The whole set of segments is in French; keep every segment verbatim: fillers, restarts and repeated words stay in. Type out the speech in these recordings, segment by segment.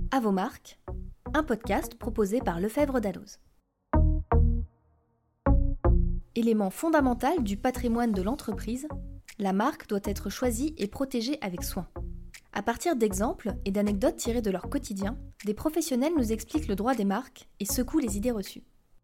À vos marques, un podcast proposé par Lefebvre Dalloz. Élément fondamental du patrimoine de l'entreprise, la marque doit être choisie et protégée avec soin. À partir d'exemples et d'anecdotes tirées de leur quotidien, des professionnels nous expliquent le droit des marques et secouent les idées reçues.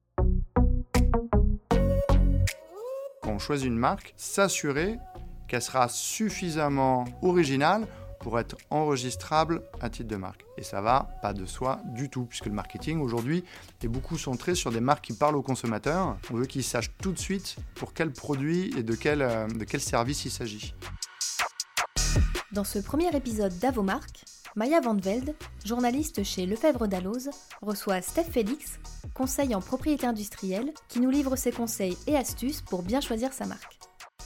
Quand on choisit une marque, s'assurer qu'elle sera suffisamment originale pour être enregistrable à titre de marque. Et ça va pas de soi du tout, puisque le marketing aujourd'hui est beaucoup centré sur des marques qui parlent aux consommateurs. On veut qu'ils sachent tout de suite pour quel produit et de quel, euh, de quel service il s'agit. Dans ce premier épisode d'À vos marques, Maya Van Velde, journaliste chez Lefebvre Dalloz, reçoit Steph Félix, conseil en propriété industrielle, qui nous livre ses conseils et astuces pour bien choisir sa marque.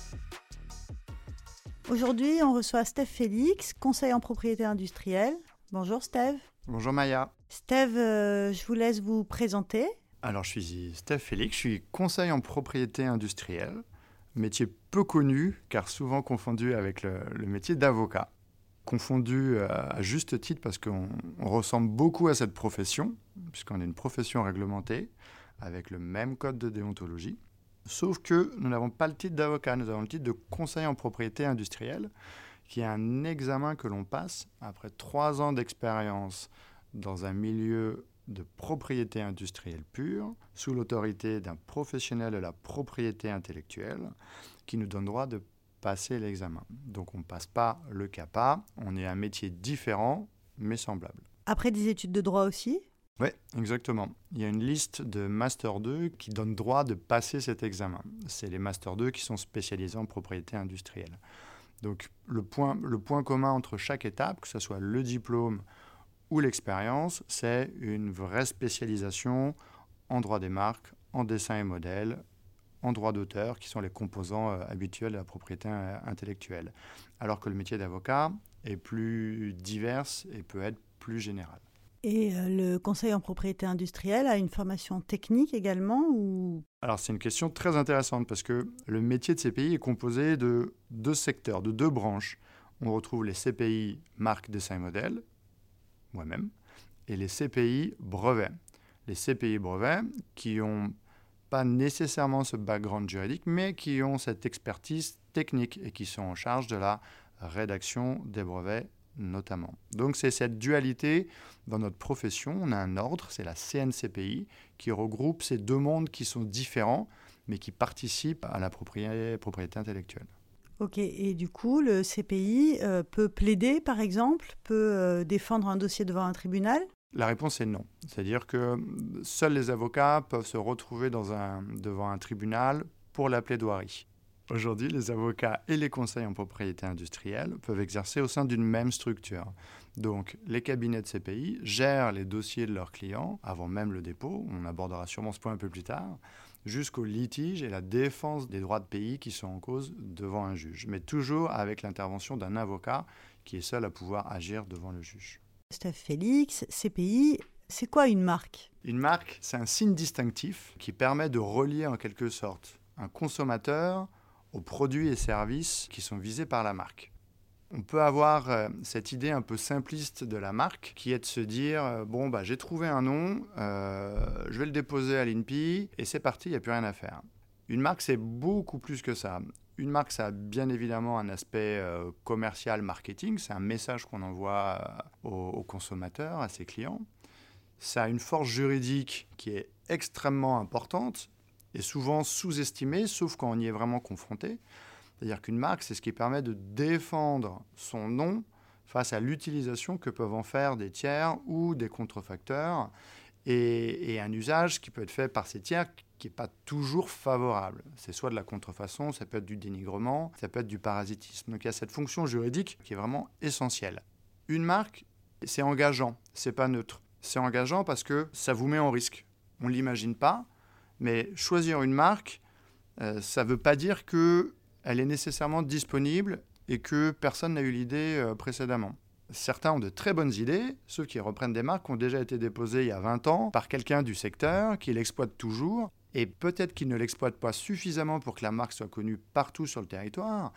Aujourd'hui, on reçoit Steph Félix, conseil en propriété industrielle. Bonjour Steph. Bonjour Maya. Steph, euh, je vous laisse vous présenter. Alors je suis Steph Félix, je suis conseil en propriété industrielle, métier peu connu car souvent confondu avec le, le métier d'avocat. Confondu à juste titre parce qu'on on ressemble beaucoup à cette profession, puisqu'on est une profession réglementée avec le même code de déontologie. Sauf que nous n'avons pas le titre d'avocat, nous avons le titre de conseiller en propriété industrielle, qui est un examen que l'on passe après trois ans d'expérience dans un milieu de propriété industrielle pure, sous l'autorité d'un professionnel de la propriété intellectuelle, qui nous donne droit de passer l'examen. Donc on ne passe pas le CAPA, on est un métier différent, mais semblable. Après des études de droit aussi ? Oui, exactement. Il y a une liste de Master deux qui donne droit de passer cet examen. C'est les Master deux qui sont spécialisés en propriété industrielle. Donc le point, le point commun entre chaque étape, que ce soit le diplôme ou l'expérience, c'est une vraie spécialisation en droit des marques, en dessin et modèle, en droit d'auteur, qui sont les composants euh, habituels de la propriété euh, intellectuelle. Alors que le métier d'avocat est plus divers et peut être plus général. Et euh, le conseil en propriété industrielle a une formation technique également ou... Alors c'est une question très intéressante parce que le métier de C P I est composé de deux secteurs, de deux branches. On retrouve les C P I marque, dessin et modèle, moi-même, et les C P I brevets. Les C P I brevets qui n'ont pas nécessairement ce background juridique, mais qui ont cette expertise technique et qui sont en charge de la rédaction des brevets notamment. Donc c'est cette dualité dans notre profession. On a un ordre, c'est la C N C P I, qui regroupe ces deux mondes qui sont différents, mais qui participent à la propriété, propriété intellectuelle. Ok, et du coup, le C P I euh, peut plaider, par exemple, peut euh, défendre un dossier devant un tribunal ? La réponse est non. C'est-à-dire que seuls les avocats peuvent se retrouver dans un, devant un tribunal pour la plaidoirie. Aujourd'hui, les avocats et les conseils en propriété industrielle peuvent exercer au sein d'une même structure. Donc, les cabinets de C P I gèrent les dossiers de leurs clients avant même le dépôt, on abordera sûrement ce point un peu plus tard, jusqu'au litige et la défense des droits de pays qui sont en cause devant un juge, mais toujours avec l'intervention d'un avocat qui est seul à pouvoir agir devant le juge. Steph Félix, C P I, c'est quoi une marque ? Une marque, c'est un signe distinctif qui permet de relier en quelque sorte un consommateur aux produits et services qui sont visés par la marque. On peut avoir euh, cette idée un peu simpliste de la marque qui est de se dire euh, bon bah j'ai trouvé un nom, euh, je vais le déposer à l'I N P I et c'est parti, il n'y a plus rien à faire. Une marque c'est beaucoup plus que ça. Une marque ça a bien évidemment un aspect euh, commercial, marketing, c'est un message qu'on envoie euh, aux, aux consommateurs, à ses clients. Ça a une force juridique qui est extrêmement importante et souvent sous-estimée, sauf quand on y est vraiment confronté. C'est-à-dire qu'une marque, c'est ce qui permet de défendre son nom face à l'utilisation que peuvent en faire des tiers ou des contrefacteurs et, et un usage qui peut être fait par ces tiers qui n'est pas toujours favorable. C'est soit de la contrefaçon, ça peut être du dénigrement, ça peut être du parasitisme. Donc il y a cette fonction juridique qui est vraiment essentielle. Une marque, c'est engageant, c'est pas neutre. C'est engageant parce que ça vous met en risque. On ne l'imagine pas, mais choisir une marque, euh, ça ne veut pas dire qu'elle est nécessairement disponible et que personne n'a eu l'idée euh, précédemment. Certains ont de très bonnes idées, ceux qui reprennent des marques qui ont déjà été déposées il y a vingt ans par quelqu'un du secteur qui l'exploite toujours. Et peut-être qu'il ne l'exploite pas suffisamment pour que la marque soit connue partout sur le territoire,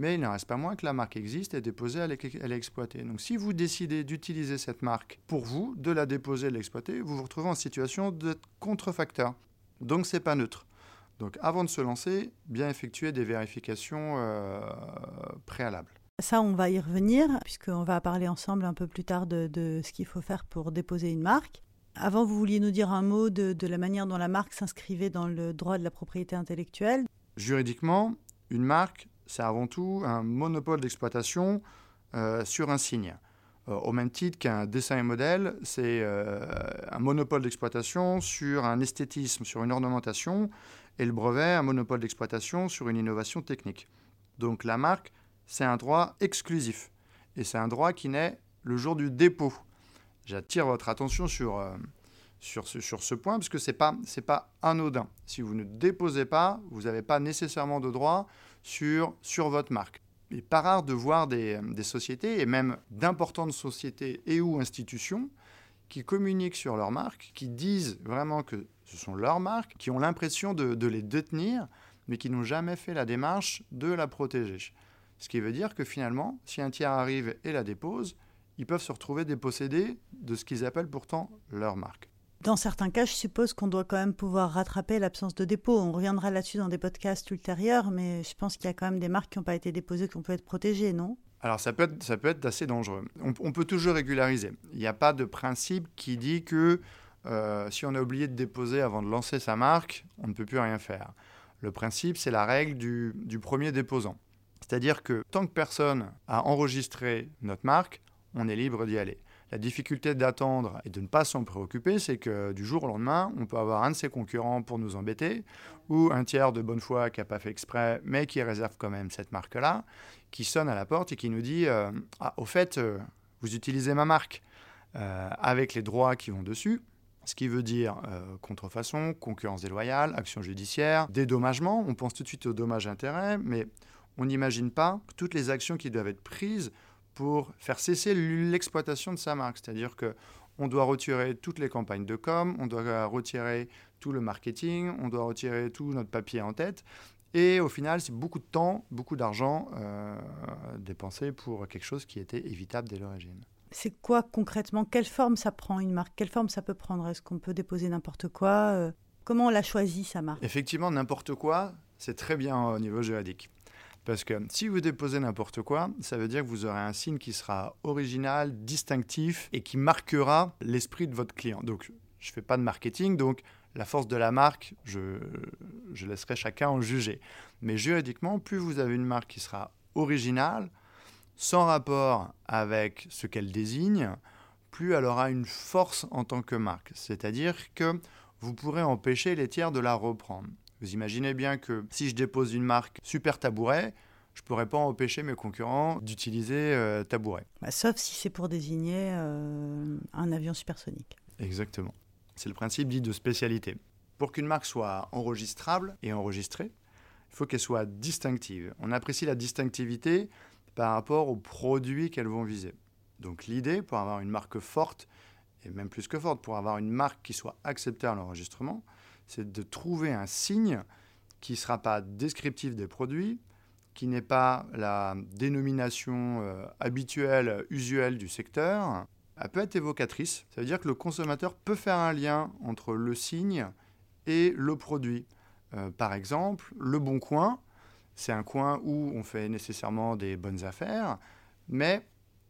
Mais il n'en reste pas moins que la marque existe et est déposée, elle est, elle est exploitée. Donc si vous décidez d'utiliser cette marque pour vous, de la déposer, de l'exploiter, vous vous retrouvez en situation d'être contrefacteur. Donc ce n'est pas neutre. Donc avant de se lancer, bien effectuer des vérifications euh, préalables. Ça, on va y revenir, puisqu'on va parler ensemble un peu plus tard de, de ce qu'il faut faire pour déposer une marque. Avant, vous vouliez nous dire un mot de, de la manière dont la marque s'inscrivait dans le droit de la propriété intellectuelle. Juridiquement, une marque, c'est avant tout un monopole d'exploitation euh, sur un signe. Euh, au même titre qu'un dessin et modèle, c'est euh, un monopole d'exploitation sur un esthétisme, sur une ornementation, et le brevet, un monopole d'exploitation sur une innovation technique. Donc la marque, c'est un droit exclusif, et c'est un droit qui naît le jour du dépôt. J'attire votre attention sur, euh, sur, ce, sur ce point, parce que ce n'est pas, c'est pas anodin. Si vous ne déposez pas, vous n'avez pas nécessairement de droit sur, sur votre marque. Il n'est pas rare de voir des, des sociétés, et même d'importantes sociétés et ou institutions, qui communiquent sur leur marque, qui disent vraiment que ce sont leurs marques, qui ont l'impression de, de les détenir, mais qui n'ont jamais fait la démarche de la protéger. Ce qui veut dire que finalement, si un tiers arrive et la dépose, ils peuvent se retrouver dépossédés de ce qu'ils appellent pourtant leur marque. Dans certains cas, je suppose qu'on doit quand même pouvoir rattraper l'absence de dépôt. On reviendra là-dessus dans des podcasts ultérieurs, mais je pense qu'il y a quand même des marques qui n'ont pas été déposées, qui peuvent être protégées, non ? Alors ça peut être, ça peut être assez dangereux. On, on peut toujours régulariser. Il n'y a pas de principe qui dit que euh, si on a oublié de déposer avant de lancer sa marque, on ne peut plus rien faire. Le principe, c'est la règle du, du premier déposant. C'est-à-dire que tant que personne a enregistré notre marque, on est libre d'y aller. La difficulté d'attendre et de ne pas s'en préoccuper, c'est que du jour au lendemain, on peut avoir un de ses concurrents pour nous embêter, ou un tiers de bonne foi qui n'a pas fait exprès, mais qui réserve quand même cette marque-là, qui sonne à la porte et qui nous dit euh, « Ah, au fait, euh, vous utilisez ma marque euh, avec les droits qui vont dessus ». Ce qui veut dire euh, contrefaçon, concurrence déloyale, action judiciaire, dédommagement. On pense tout de suite aux dommages-intérêts, mais on n'imagine pas toutes les actions qui doivent être prises pour faire cesser l'exploitation de sa marque. C'est-à-dire qu'on doit retirer toutes les campagnes de com, on doit retirer tout le marketing, on doit retirer tout notre papier en tête. Et au final, c'est beaucoup de temps, beaucoup d'argent euh, dépensé pour quelque chose qui était évitable dès l'origine. C'est quoi concrètement ? Quelle forme ça prend une marque ? Quelle forme ça peut prendre ? Est-ce qu'on peut déposer n'importe quoi ? euh, Comment on l'a choisi, sa marque ? Effectivement, n'importe quoi, c'est très bien au niveau juridique. Parce que si vous déposez n'importe quoi, ça veut dire que vous aurez un signe qui sera original, distinctif et qui marquera l'esprit de votre client. Donc, je ne fais pas de marketing, donc la force de la marque, je, je laisserai chacun en juger. Mais juridiquement, plus vous avez une marque qui sera originale, sans rapport avec ce qu'elle désigne, plus elle aura une force en tant que marque. C'est-à-dire que vous pourrez empêcher les tiers de la reprendre. Vous imaginez bien que si je dépose une marque Super Tabouret, je ne pourrais pas empêcher mes concurrents d'utiliser euh, Tabouret. Bah, sauf si c'est pour désigner euh, un avion supersonique. Exactement. C'est le principe dit de spécialité. Pour qu'une marque soit enregistrable et enregistrée, il faut qu'elle soit distinctive. On apprécie la distinctivité par rapport aux produits qu'elles vont viser. Donc l'idée, pour avoir une marque forte, et même plus que forte, pour avoir une marque qui soit acceptée à l'enregistrement, c'est de trouver un signe qui ne sera pas descriptif des produits, qui n'est pas la dénomination euh, habituelle, usuelle du secteur. Elle peut être évocatrice. Ça veut dire que le consommateur peut faire un lien entre le signe et le produit. Euh, par exemple, Le Bon Coin, c'est un coin où on fait nécessairement des bonnes affaires, mais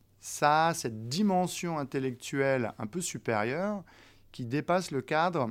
ça a cette dimension intellectuelle un peu supérieure qui dépasse le cadre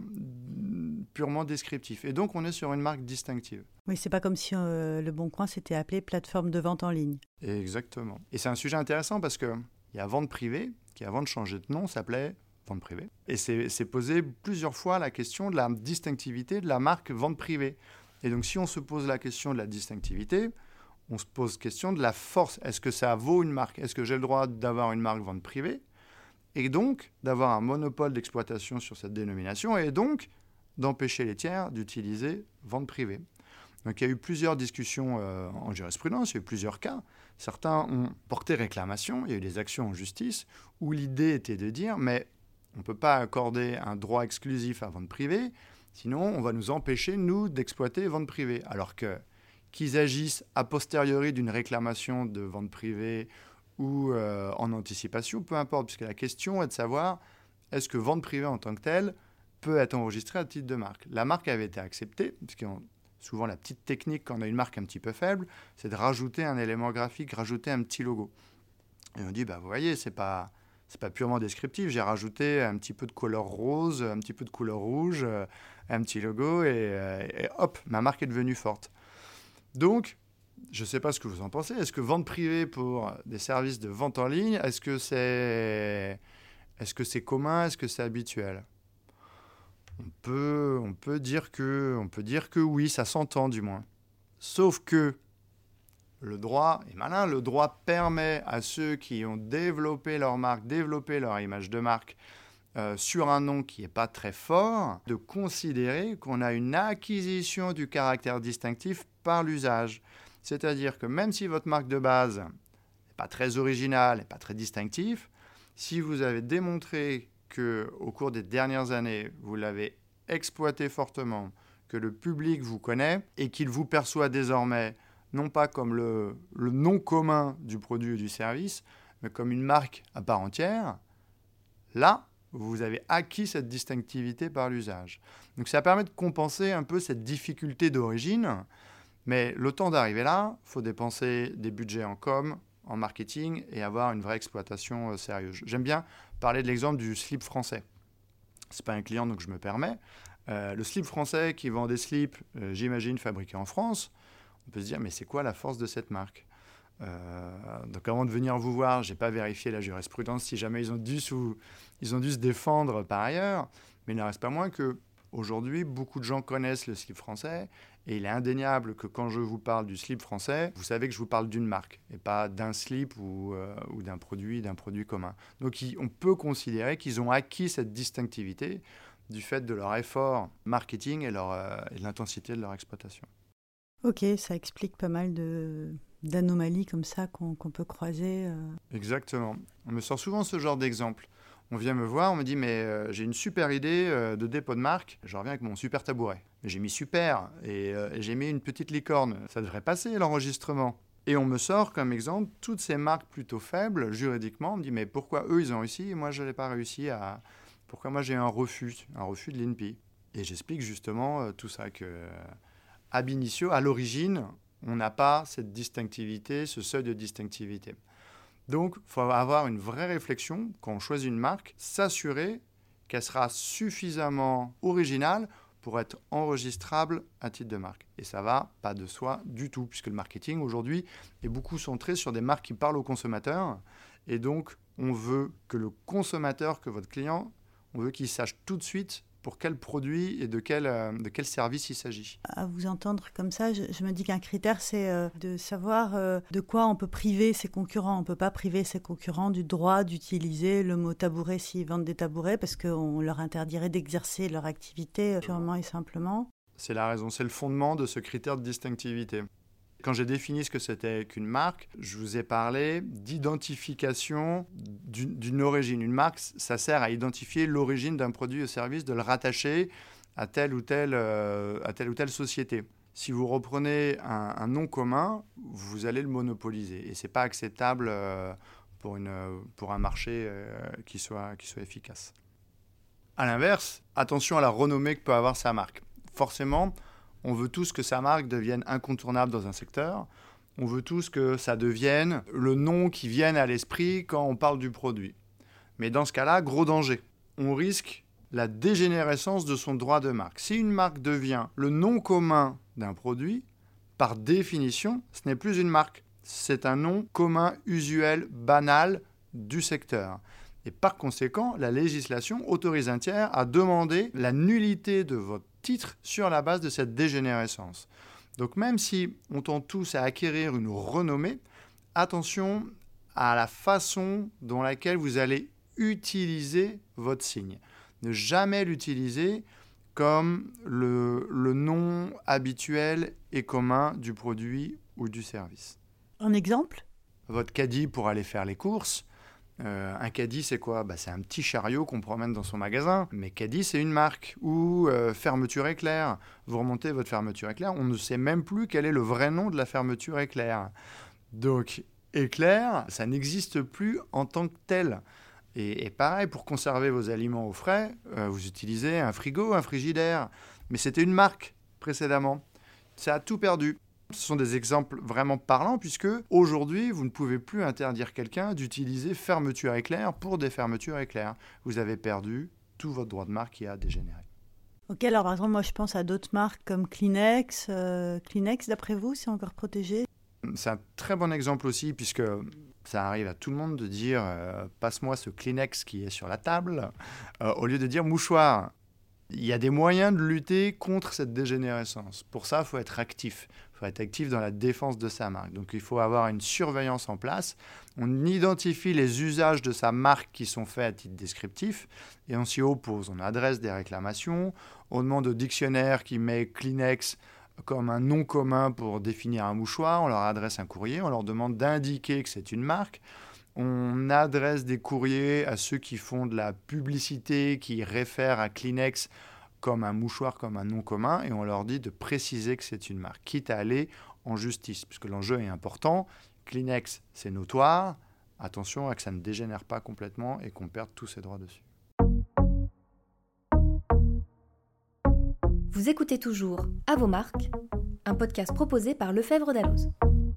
purement descriptif. Et donc, on est sur une marque distinctive. Oui, c'est pas comme si euh, Le Bon Coin s'était appelé plateforme de vente en ligne. Exactement. Et c'est un sujet intéressant parce qu'il y a vente privée, qui avant de changer de nom s'appelait vente privée. Et c'est, c'est posé plusieurs fois la question de la distinctivité de la marque vente privée. Et donc, si on se pose la question de la distinctivité, on se pose la question de la force. Est-ce que ça vaut une marque ? Est-ce que j'ai le droit d'avoir une marque vente privée ? Et donc d'avoir un monopole d'exploitation sur cette dénomination et donc d'empêcher les tiers d'utiliser vente privée. Donc il y a eu plusieurs discussions euh, en jurisprudence, il y a eu plusieurs cas. Certains ont porté réclamation, il y a eu des actions en justice où l'idée était de dire mais on ne peut pas accorder un droit exclusif à vente privée, sinon on va nous empêcher, nous, d'exploiter vente privée. Alors qu'il qu'ils agissent a posteriori d'une réclamation de vente privée ou euh, en anticipation, peu importe, puisque la question est de savoir est-ce que vente privée en tant que telle peut être enregistrée à titre de marque. La marque avait été acceptée, parce que souvent la petite technique quand on a une marque un petit peu faible, c'est de rajouter un élément graphique, rajouter un petit logo. Et on dit, bah, vous voyez, c'est pas, c'est pas purement descriptif, j'ai rajouté un petit peu de couleur rose, un petit peu de couleur rouge, un petit logo, et, et hop, ma marque est devenue forte. Donc, je ne sais pas ce que vous en pensez. Est-ce que vente privée pour des services de vente en ligne, est-ce que c'est, est-ce que c'est commun, est-ce que c'est habituel ? On peut, on peut dire que, on peut dire que oui, ça s'entend du moins. Sauf que le droit est malin. Le droit permet à ceux qui ont développé leur marque, développé leur image de marque euh, sur un nom qui n'est pas très fort, de considérer qu'on a une acquisition du caractère distinctif par l'usage. C'est-à-dire que même si votre marque de base n'est pas très originale, n'est pas très distinctive, si vous avez démontré qu'au cours des dernières années, vous l'avez exploité fortement, que le public vous connaît et qu'il vous perçoit désormais non pas comme le, le nom commun du produit ou du service, mais comme une marque à part entière, là, vous avez acquis cette distinctivité par l'usage. Donc ça permet de compenser un peu cette difficulté d'origine, mais le temps d'arriver là, il faut dépenser des budgets en com, en marketing et avoir une vraie exploitation euh, sérieuse. J'aime bien parler de l'exemple du slip français. Ce n'est pas un client, donc je me permets. Euh, le slip français qui vend des slips, euh, j'imagine, fabriqués en France, on peut se dire, mais c'est quoi la force de cette marque ? euh, Donc avant de venir vous voir, je n'ai pas vérifié la jurisprudence si jamais ils ont, dû sous, ils ont dû se défendre par ailleurs, mais il n'en reste pas moins qu'aujourd'hui, beaucoup de gens connaissent le slip français et il est indéniable que quand je vous parle du slip français, vous savez que je vous parle d'une marque et pas d'un slip ou, euh, ou d'un produit, d'un produit commun. Donc il, on peut considérer qu'ils ont acquis cette distinctivité du fait de leur effort marketing et, leur, euh, et de l'intensité de leur exploitation. Ok, ça explique pas mal de, d'anomalies comme ça qu'on, qu'on peut croiser. Euh... Exactement. On me sort souvent ce genre d'exemple. On vient me voir, on me dit, mais euh, j'ai une super idée euh, de dépôt de marque. Je reviens avec mon super tabouret. Mais j'ai mis super et, euh, et j'ai mis une petite licorne. Ça devrait passer l'enregistrement. Et on me sort comme exemple toutes ces marques plutôt faibles, juridiquement. On me dit, mais pourquoi eux, ils ont réussi et moi, je n'ai pas réussi à... Pourquoi moi, j'ai un refus, un refus de l'I N P I. Et j'explique justement euh, tout ça, que euh, ab initio, à l'origine, on n'a pas cette distinctivité, ce seuil de distinctivité. Donc, il faut avoir une vraie réflexion quand on choisit une marque, s'assurer qu'elle sera suffisamment originale pour être enregistrable à titre de marque. Et ça ne va pas de soi du tout, puisque le marketing, aujourd'hui, est beaucoup centré sur des marques qui parlent aux consommateurs. Et donc, on veut que le consommateur, que votre client, on veut qu'il sache tout de suite pour quel produit et de quel, euh, de quel service il s'agit. À vous entendre comme ça, je, je me dis qu'un critère, c'est euh, de savoir euh, de quoi on peut priver ses concurrents. On ne peut pas priver ses concurrents du droit d'utiliser le mot tabouret s'ils vendent des tabourets, parce qu'on leur interdirait d'exercer leur activité euh, purement et simplement. C'est la raison, c'est le fondement de ce critère de distinctivité. Quand j'ai défini ce que c'était qu'une marque, je vous ai parlé d'identification d'une, d'une origine. Une marque, ça sert à identifier l'origine d'un produit ou service, de le rattacher à telle ou telle, euh, à telle ou telle société. Si vous reprenez un, un nom commun, vous allez le monopoliser. Et ce n'est pas acceptable euh, pour, une, pour un marché euh, qui soit, qui soit efficace. À l'inverse, attention à la renommée que peut avoir sa marque. Forcément, on veut tous que sa marque devienne incontournable dans un secteur. On veut tous que ça devienne le nom qui vienne à l'esprit quand on parle du produit. Mais dans ce cas-là, gros danger. On risque la dégénérescence de son droit de marque. Si une marque devient le nom commun d'un produit, par définition, ce n'est plus une marque. C'est un nom commun, usuel, banal du secteur. Et par conséquent, la législation autorise un tiers à demander la nullité de votre titre sur la base de cette dégénérescence. Donc même si on tend tous à acquérir une renommée, attention à la façon dont laquelle vous allez utiliser votre signe. Ne jamais l'utiliser comme le, le nom habituel et commun du produit ou du service. Un exemple ? Votre caddie pour aller faire les courses, Euh, un caddie, c'est quoi ? Bah, c'est un petit chariot qu'on promène dans son magasin. Mais caddie, c'est une marque. Ou euh, fermeture éclair. Vous remontez votre fermeture éclair, on ne sait même plus quel est le vrai nom de la fermeture éclair. Donc, éclair, ça n'existe plus en tant que tel. Et, et pareil, pour conserver vos aliments au frais, euh, vous utilisez un frigo, un frigidaire. Mais c'était une marque précédemment. Ça a tout perdu. Ce sont des exemples vraiment parlants puisque aujourd'hui, vous ne pouvez plus interdire quelqu'un d'utiliser fermeture éclair pour des fermetures éclair. Vous avez perdu tout votre droit de marque qui a dégénéré. Ok, alors par exemple, moi je pense à d'autres marques comme Kleenex. Euh, Kleenex, d'après vous, c'est encore protégé ? C'est un très bon exemple aussi puisque ça arrive à tout le monde de dire euh, « passe-moi ce Kleenex qui est sur la table euh, » au lieu de dire « mouchoir ». Il y a des moyens de lutter contre cette dégénérescence. Pour ça, il faut être actif. Il faut être actif dans la défense de sa marque. Donc, il faut avoir une surveillance en place. On identifie les usages de sa marque qui sont faits à titre descriptif et on s'y oppose. On adresse des réclamations. On demande au dictionnaire qui met Kleenex comme un nom commun pour définir un mouchoir. On leur adresse un courrier. On leur demande d'indiquer que c'est une marque. On adresse des courriers à ceux qui font de la publicité, qui réfèrent à Kleenex comme un mouchoir, comme un nom commun, et on leur dit de préciser que c'est une marque, quitte à aller en justice, puisque l'enjeu est important. Kleenex, c'est notoire. Attention à que ça ne dégénère pas complètement et qu'on perde tous ses droits dessus. Vous écoutez toujours À vos marques, un podcast proposé par Lefebvre Dalloz.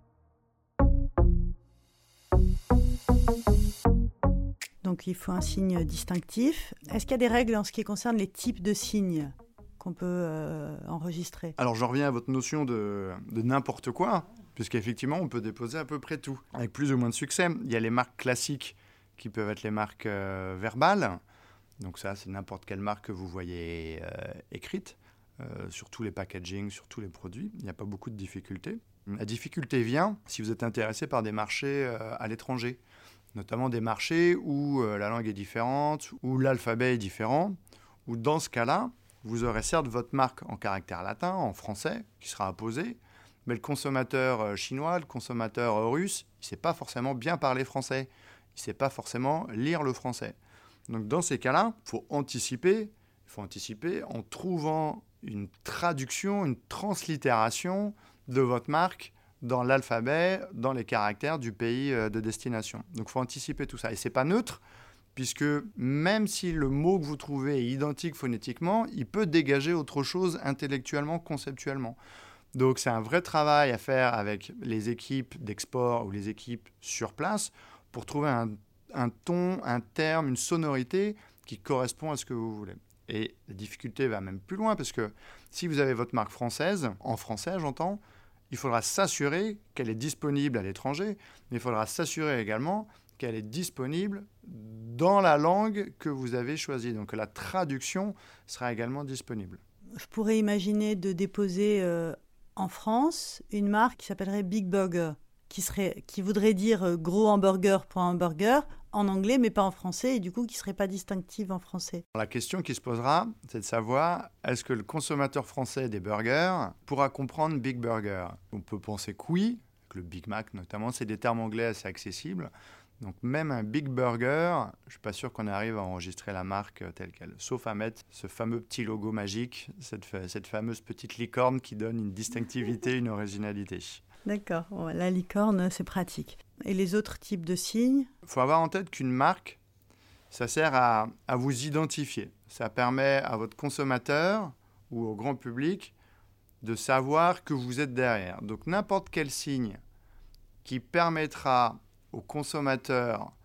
Donc il faut un signe distinctif. Est-ce qu'il y a des règles en ce qui concerne les types de signes qu'on peut euh, enregistrer ? Alors je reviens à votre notion de, de n'importe quoi, puisqu'effectivement on peut déposer à peu près tout, avec plus ou moins de succès. Il y a les marques classiques qui peuvent être les marques euh, verbales. Donc ça, c'est n'importe quelle marque que vous voyez euh, écrite, euh, sur tous les packagings, sur tous les produits. Il n'y a pas beaucoup de difficultés. La difficulté vient si vous êtes intéressé par des marchés euh, à l'étranger, notamment des marchés où euh, la langue est différente, où l'alphabet est différent, où dans ce cas-là, vous aurez certes votre marque en caractère latin, en français, qui sera apposée, mais le consommateur euh, chinois, le consommateur euh, russe, il ne sait pas forcément bien parler français, il ne sait pas forcément lire le français. Donc dans ces cas-là, il faut anticiper, il faut anticiper en trouvant une traduction, une translittération de votre marque dans l'alphabet, dans les caractères du pays de destination. Donc, il faut anticiper tout ça. Et ce n'est pas neutre, puisque même si le mot que vous trouvez est identique phonétiquement, il peut dégager autre chose intellectuellement, conceptuellement. Donc, c'est un vrai travail à faire avec les équipes d'export ou les équipes sur place pour trouver un, un ton, un terme, une sonorité qui correspond à ce que vous voulez. Et la difficulté va même plus loin, parce que si vous avez votre marque française, en français j'entends, il faudra s'assurer qu'elle est disponible à l'étranger, mais il faudra s'assurer également qu'elle est disponible dans la langue que vous avez choisie. Donc la traduction sera également disponible. Je pourrais imaginer de déposer euh, en France une marque qui s'appellerait Big Burger, qui, serait, qui voudrait dire euh, gros hamburger pour hamburger en anglais, mais pas en français, et du coup qui ne serait pas distinctive en français. La question qui se posera, c'est de savoir, est-ce que le consommateur français des burgers pourra comprendre Big Burger ? On peut penser que oui, que le Big Mac notamment, c'est des termes anglais assez accessibles. Donc même un Big Burger, je ne suis pas sûr qu'on arrive à enregistrer la marque telle qu'elle, sauf à mettre ce fameux petit logo magique, cette, cette fameuse petite licorne qui donne une distinctivité, une originalité. D'accord, bon, la licorne, c'est pratique. Et les autres types de signes ? Il faut avoir en tête qu'une marque, ça sert à, à vous identifier. Ça permet à votre consommateur ou au grand public de savoir que vous êtes derrière. Donc n'importe quel signe qui permettra au consommateur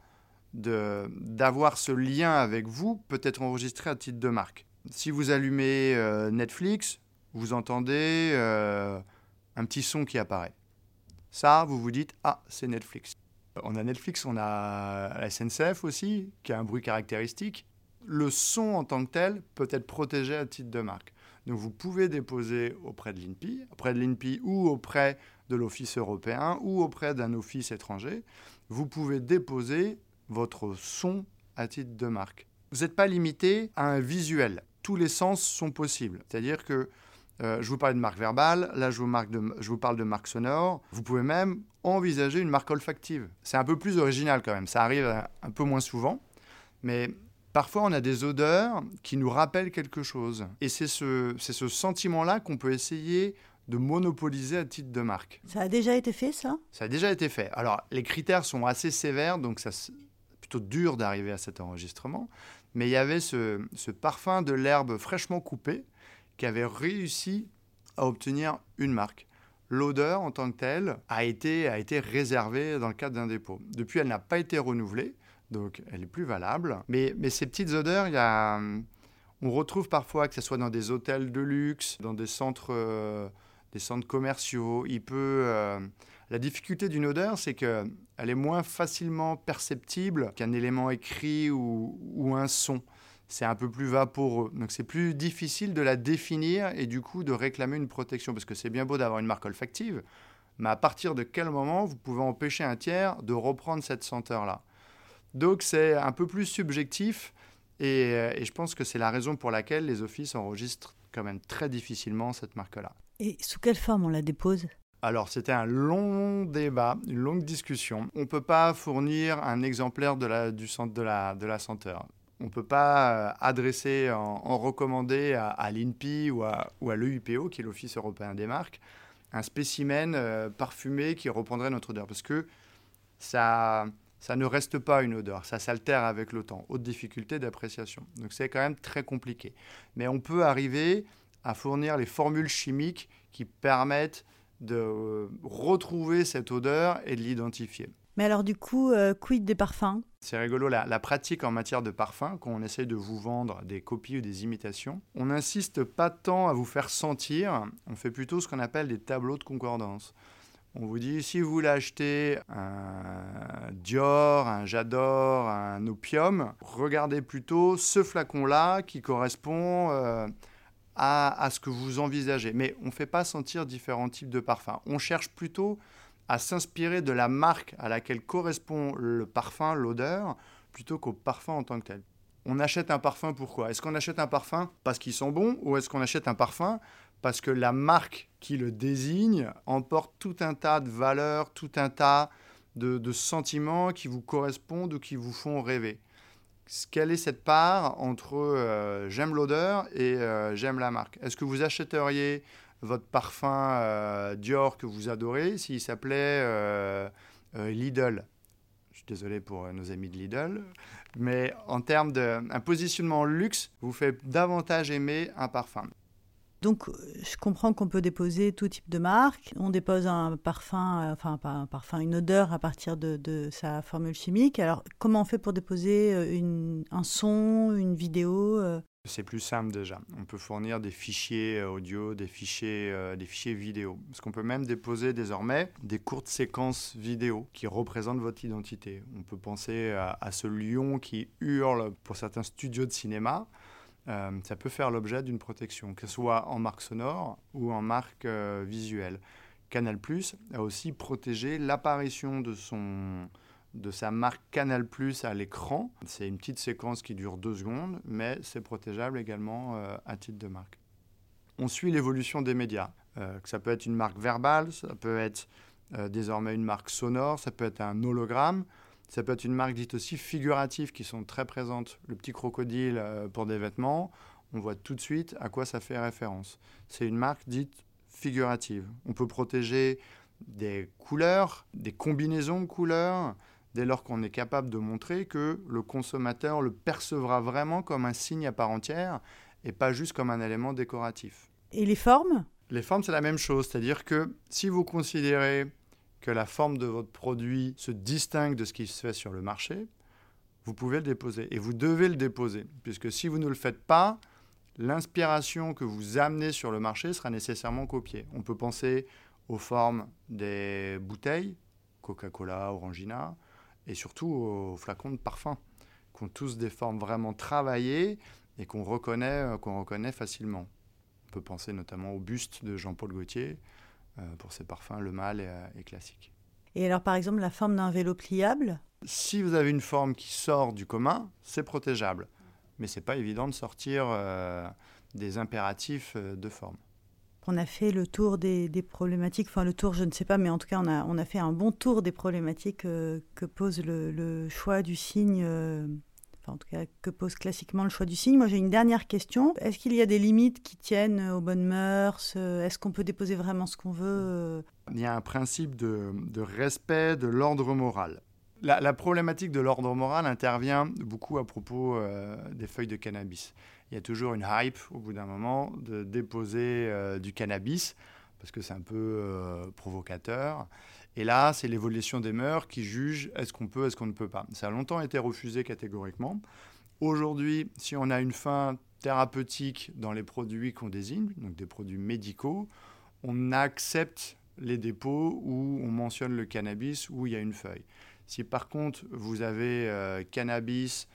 de, d'avoir ce lien avec vous peut être enregistré à titre de marque. Si vous allumez euh, Netflix, vous entendez euh, un petit son qui apparaît. Ça, vous vous dites « Ah, c'est Netflix ». On a Netflix, on a la S N C F aussi, qui a un bruit caractéristique. Le son en tant que tel peut être protégé à titre de marque. Donc vous pouvez déposer auprès de l'I N P I, auprès de l'I N P I ou auprès de l'Office européen ou auprès d'un office étranger. Vous pouvez déposer votre son à titre de marque. Vous n'êtes pas limité à un visuel. Tous les sens sont possibles. C'est-à-dire que Euh, je vous parlais de marque verbale, là je vous, marque de, je vous parle de marque sonore. Vous pouvez même envisager une marque olfactive. C'est un peu plus original quand même, ça arrive un, un peu moins souvent, mais parfois on a des odeurs qui nous rappellent quelque chose. Et c'est ce, c'est ce sentiment-là qu'on peut essayer de monopoliser à titre de marque. Ça a déjà été fait, ça ? Ça a déjà été fait. Alors les critères sont assez sévères, donc ça, c'est plutôt dur d'arriver à cet enregistrement, mais il y avait ce, ce parfum de l'herbe fraîchement coupée qui avait réussi à obtenir une marque. L'odeur en tant que telle a été, a été réservée dans le cadre d'un dépôt. Depuis, elle n'a pas été renouvelée, donc elle n'est plus valable. Mais, mais ces petites odeurs, il y a, on retrouve parfois, que ce soit dans des hôtels de luxe, dans des centres, euh, des centres commerciaux. Il peut, euh, la difficulté d'une odeur, c'est qu'elle est moins facilement perceptible qu'un élément écrit ou, ou un son. C'est un peu plus vaporeux. Donc, c'est plus difficile de la définir et du coup de réclamer une protection. Parce que c'est bien beau d'avoir une marque olfactive, mais à partir de quel moment vous pouvez empêcher un tiers de reprendre cette senteur-là ? Donc, c'est un peu plus subjectif et, et je pense que c'est la raison pour laquelle les offices enregistrent quand même très difficilement cette marque-là. Et sous quelle forme on la dépose ? Alors, c'était un long débat, une longue discussion. On ne peut pas fournir un exemplaire de la, du, de la, de la senteur. On ne peut pas adresser en, en recommandé à, à l'I N P I ou à, ou à l'E U P O, qui est l'Office européen des marques, un spécimen euh, parfumé qui reprendrait notre odeur. Parce que ça, ça ne reste pas une odeur, ça s'altère avec le temps. Haute difficulté d'appréciation. Donc c'est quand même très compliqué. Mais on peut arriver à fournir les formules chimiques qui permettent de euh, retrouver cette odeur et de l'identifier. Mais alors du coup, euh, quid des parfums ? C'est rigolo, la, la pratique en matière de parfum, quand on essaye de vous vendre des copies ou des imitations, on n'insiste pas tant à vous faire sentir, on fait plutôt ce qu'on appelle des tableaux de concordance. On vous dit, si vous voulez acheter un Dior, un J'adore, un Opium, regardez plutôt ce flacon-là qui correspond euh, à, à ce que vous envisagez. Mais on ne fait pas sentir différents types de parfums. On cherche plutôt à s'inspirer de la marque à laquelle correspond le parfum, l'odeur, plutôt qu'au parfum en tant que tel. On achète un parfum pourquoi ? Est-ce qu'on achète un parfum parce qu'il sent bon ou est-ce qu'on achète un parfum parce que la marque qui le désigne emporte tout un tas de valeurs, tout un tas de, de sentiments qui vous correspondent ou qui vous font rêver ? Quelle est cette part entre euh, j'aime l'odeur et euh, j'aime la marque ? Est-ce que vous achèteriez votre parfum euh, Dior que vous adorez s'il s'appelait euh, euh, Lidl ? Je suis désolé pour euh, nos amis de Lidl, mais en termes d'un positionnement luxe, vous fait davantage aimer un parfum. Donc, je comprends qu'on peut déposer tout type de marque. On dépose un parfum, euh, enfin pas un parfum, une odeur à partir de, de sa formule chimique. Alors, comment on fait pour déposer une, un son, une vidéo euh... C'est plus simple déjà. On peut fournir des fichiers audio, des fichiers, euh, des fichiers vidéo. Parce qu'on peut même déposer désormais des courtes séquences vidéo qui représentent votre identité. On peut penser à, à ce lion qui hurle pour certains studios de cinéma. Euh, ça peut faire l'objet d'une protection, que ce soit en marque sonore ou en marque euh, visuelle. Canal+ a aussi protégé l'apparition de, son, de sa marque Canal+ à l'écran. C'est une petite séquence qui dure deux secondes, mais c'est protégeable également euh, à titre de marque. On suit l'évolution des médias. Euh, que ça peut être une marque verbale, ça peut être euh, désormais une marque sonore, ça peut être un hologramme. Ça peut être une marque dite aussi figurative qui sont très présentes. Le petit crocodile euh, pour des vêtements, on voit tout de suite à quoi ça fait référence. C'est une marque dite figurative. On peut protéger des couleurs, des combinaisons de couleurs, dès lors qu'on est capable de montrer que le consommateur le percevra vraiment comme un signe à part entière et pas juste comme un élément décoratif. Et les formes ? Les formes, c'est la même chose. C'est-à-dire que si vous considérez que la forme de votre produit se distingue de ce qui se fait sur le marché, vous pouvez le déposer. Et vous devez le déposer, puisque si vous ne le faites pas, l'inspiration que vous amenez sur le marché sera nécessairement copiée. On peut penser aux formes des bouteilles, Coca-Cola, Orangina, et surtout aux flacons de parfum, qui ont tous des formes vraiment travaillées et qu'on reconnaît, qu'on reconnaît facilement. On peut penser notamment au buste de Jean-Paul Gaultier, pour ces parfums, le mâle est, est classique. Et alors, par exemple, la forme d'un vélo pliable ? Si vous avez une forme qui sort du commun, c'est protégeable. Mais ce n'est pas évident de sortir euh, des impératifs de forme. qu'on a fait le tour des, des problématiques, enfin le tour je ne sais pas, mais en tout cas on a, on a fait un bon tour des problématiques euh, que pose le, le choix du signe, euh, enfin en tout cas que pose classiquement le choix du signe. Moi j'ai une dernière question. Est-ce qu'il y a des limites qui tiennent aux bonnes mœurs ? Est-ce qu'on peut déposer vraiment ce qu'on veut ? Il y a un principe de, de respect de l'ordre moral. La, la problématique de l'ordre moral intervient beaucoup à propos euh, des feuilles de cannabis. Il y a toujours une hype, au bout d'un moment, de déposer euh, du cannabis, parce que c'est un peu euh, provocateur. Et là, c'est l'évolution des mœurs qui juge est-ce qu'on peut, est-ce qu'on ne peut pas. Ça a longtemps été refusé catégoriquement. Aujourd'hui, si on a une fin thérapeutique dans les produits qu'on désigne, donc des produits médicaux, on accepte les dépôts où on mentionne le cannabis, où il y a une feuille. Si par contre, vous avez euh, cannabis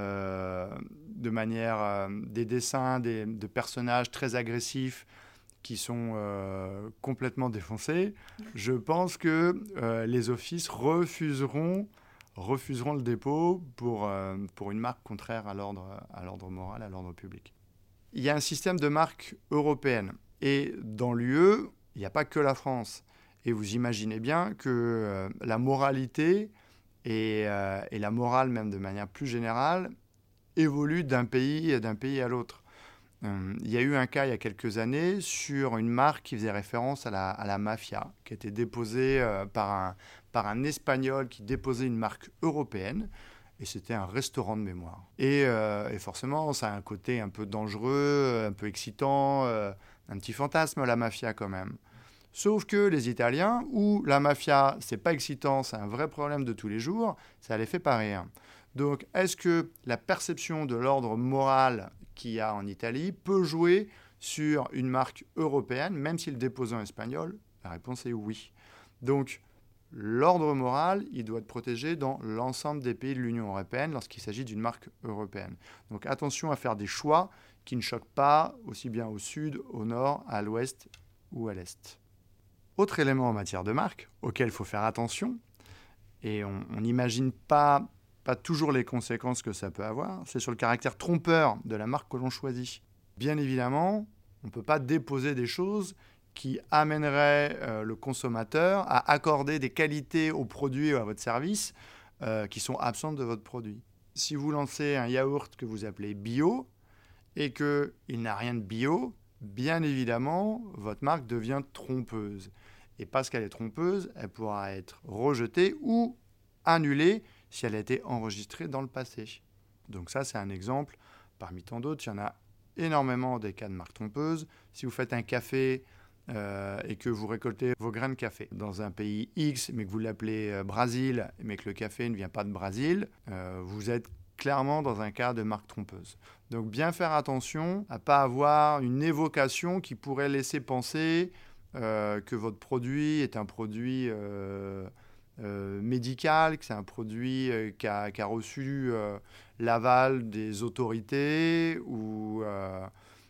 euh, de manière, euh, des dessins des, de personnages très agressifs qui sont euh, complètement défoncés, je pense que euh, les offices refuseront, refuseront le dépôt pour, euh, pour une marque contraire à l'ordre, à l'ordre moral, à l'ordre public. Il y a un système de marques européennes. Et dans l'U E, il n'y a pas que la France. Et vous imaginez bien que euh, la moralité et, euh, et la morale, même de manière plus générale, évoluent d'un pays, d'un pays à l'autre. Euh, il y a eu un cas il y a quelques années sur une marque qui faisait référence à la, à la mafia, qui était déposée euh, par, un, par un Espagnol qui déposait une marque européenne. Et c'était un restaurant de mémoire. Et, euh, et forcément, ça a un côté un peu dangereux, un peu excitant, euh, un petit fantasme, la mafia quand même. Sauf que les Italiens, où la mafia, c'est pas excitant, c'est un vrai problème de tous les jours, ça les fait pas rire. Donc, est-ce que la perception de l'ordre moral qu'il y a en Italie peut jouer sur une marque européenne, même si le déposant est espagnol ? La réponse est oui. Donc, l'ordre moral, il doit être protégé dans l'ensemble des pays de l'Union européenne lorsqu'il s'agit d'une marque européenne. Donc, attention à faire des choix qui ne choquent pas aussi bien au sud, au nord, à l'ouest ou à l'est. Autre élément en matière de marque auquel il faut faire attention, et on n'imagine pas, pas toujours les conséquences que ça peut avoir, c'est sur le caractère trompeur de la marque que l'on choisit. Bien évidemment, on ne peut pas déposer des choses qui amèneraient euh, le consommateur à accorder des qualités au produit ou à votre service euh, qui sont absentes de votre produit. Si vous lancez un yaourt que vous appelez bio et qu'il n'a rien de bio, bien évidemment, votre marque devient trompeuse. Et parce qu'elle est trompeuse, elle pourra être rejetée ou annulée si elle a été enregistrée dans le passé. Donc ça, c'est un exemple parmi tant d'autres. Il y en a énormément des cas de marques trompeuses. Si vous faites un café euh, et que vous récoltez vos grains de café dans un pays X, mais que vous l'appelez euh, Brésil, mais que le café ne vient pas de Brésil, euh, vous êtes clairement dans un cas de marque trompeuse. Donc bien faire attention à ne pas avoir une évocation qui pourrait laisser penser euh, que votre produit est un produit euh, euh, médical, que c'est un produit euh, qui, a, qui a reçu euh, l'aval des autorités ou, euh,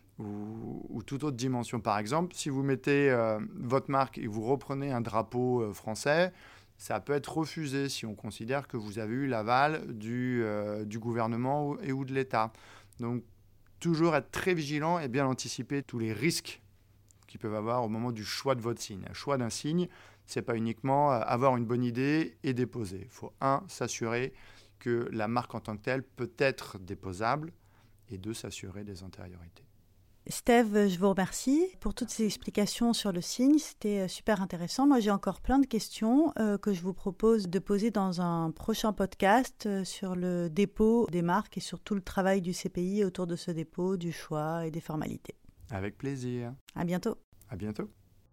ou, ou toute autre dimension. Par exemple, si vous mettez euh, votre marque et vous reprenez un drapeau euh, français, ça peut être refusé si on considère que vous avez eu l'aval du, euh, du gouvernement et ou de l'État. Donc, toujours être très vigilant et bien anticiper tous les risques qu'ils peuvent avoir au moment du choix de votre signe. Le choix d'un signe, ce n'est pas uniquement avoir une bonne idée et déposer. Il faut, un, s'assurer que la marque en tant que telle peut être déposable et deux, s'assurer des antériorités. Steve, je vous remercie pour toutes ces explications sur le signe. C'était super intéressant. Moi, j'ai encore plein de questions euh, que je vous propose de poser dans un prochain podcast euh, sur le dépôt des marques et sur tout le travail du C P I autour de ce dépôt, du choix et des formalités. Avec plaisir. À bientôt. À bientôt.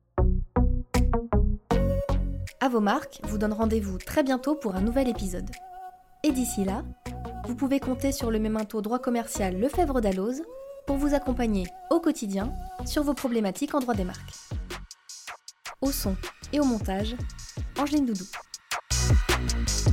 À vos marques vous donne rendez-vous très bientôt pour un nouvel épisode. Et d'ici là, vous pouvez compter sur le Memento droit commercial Lefebvre Dalloz pour vous accompagner au quotidien sur vos problématiques en droit des marques. Au son et au montage, Angeline Doudou.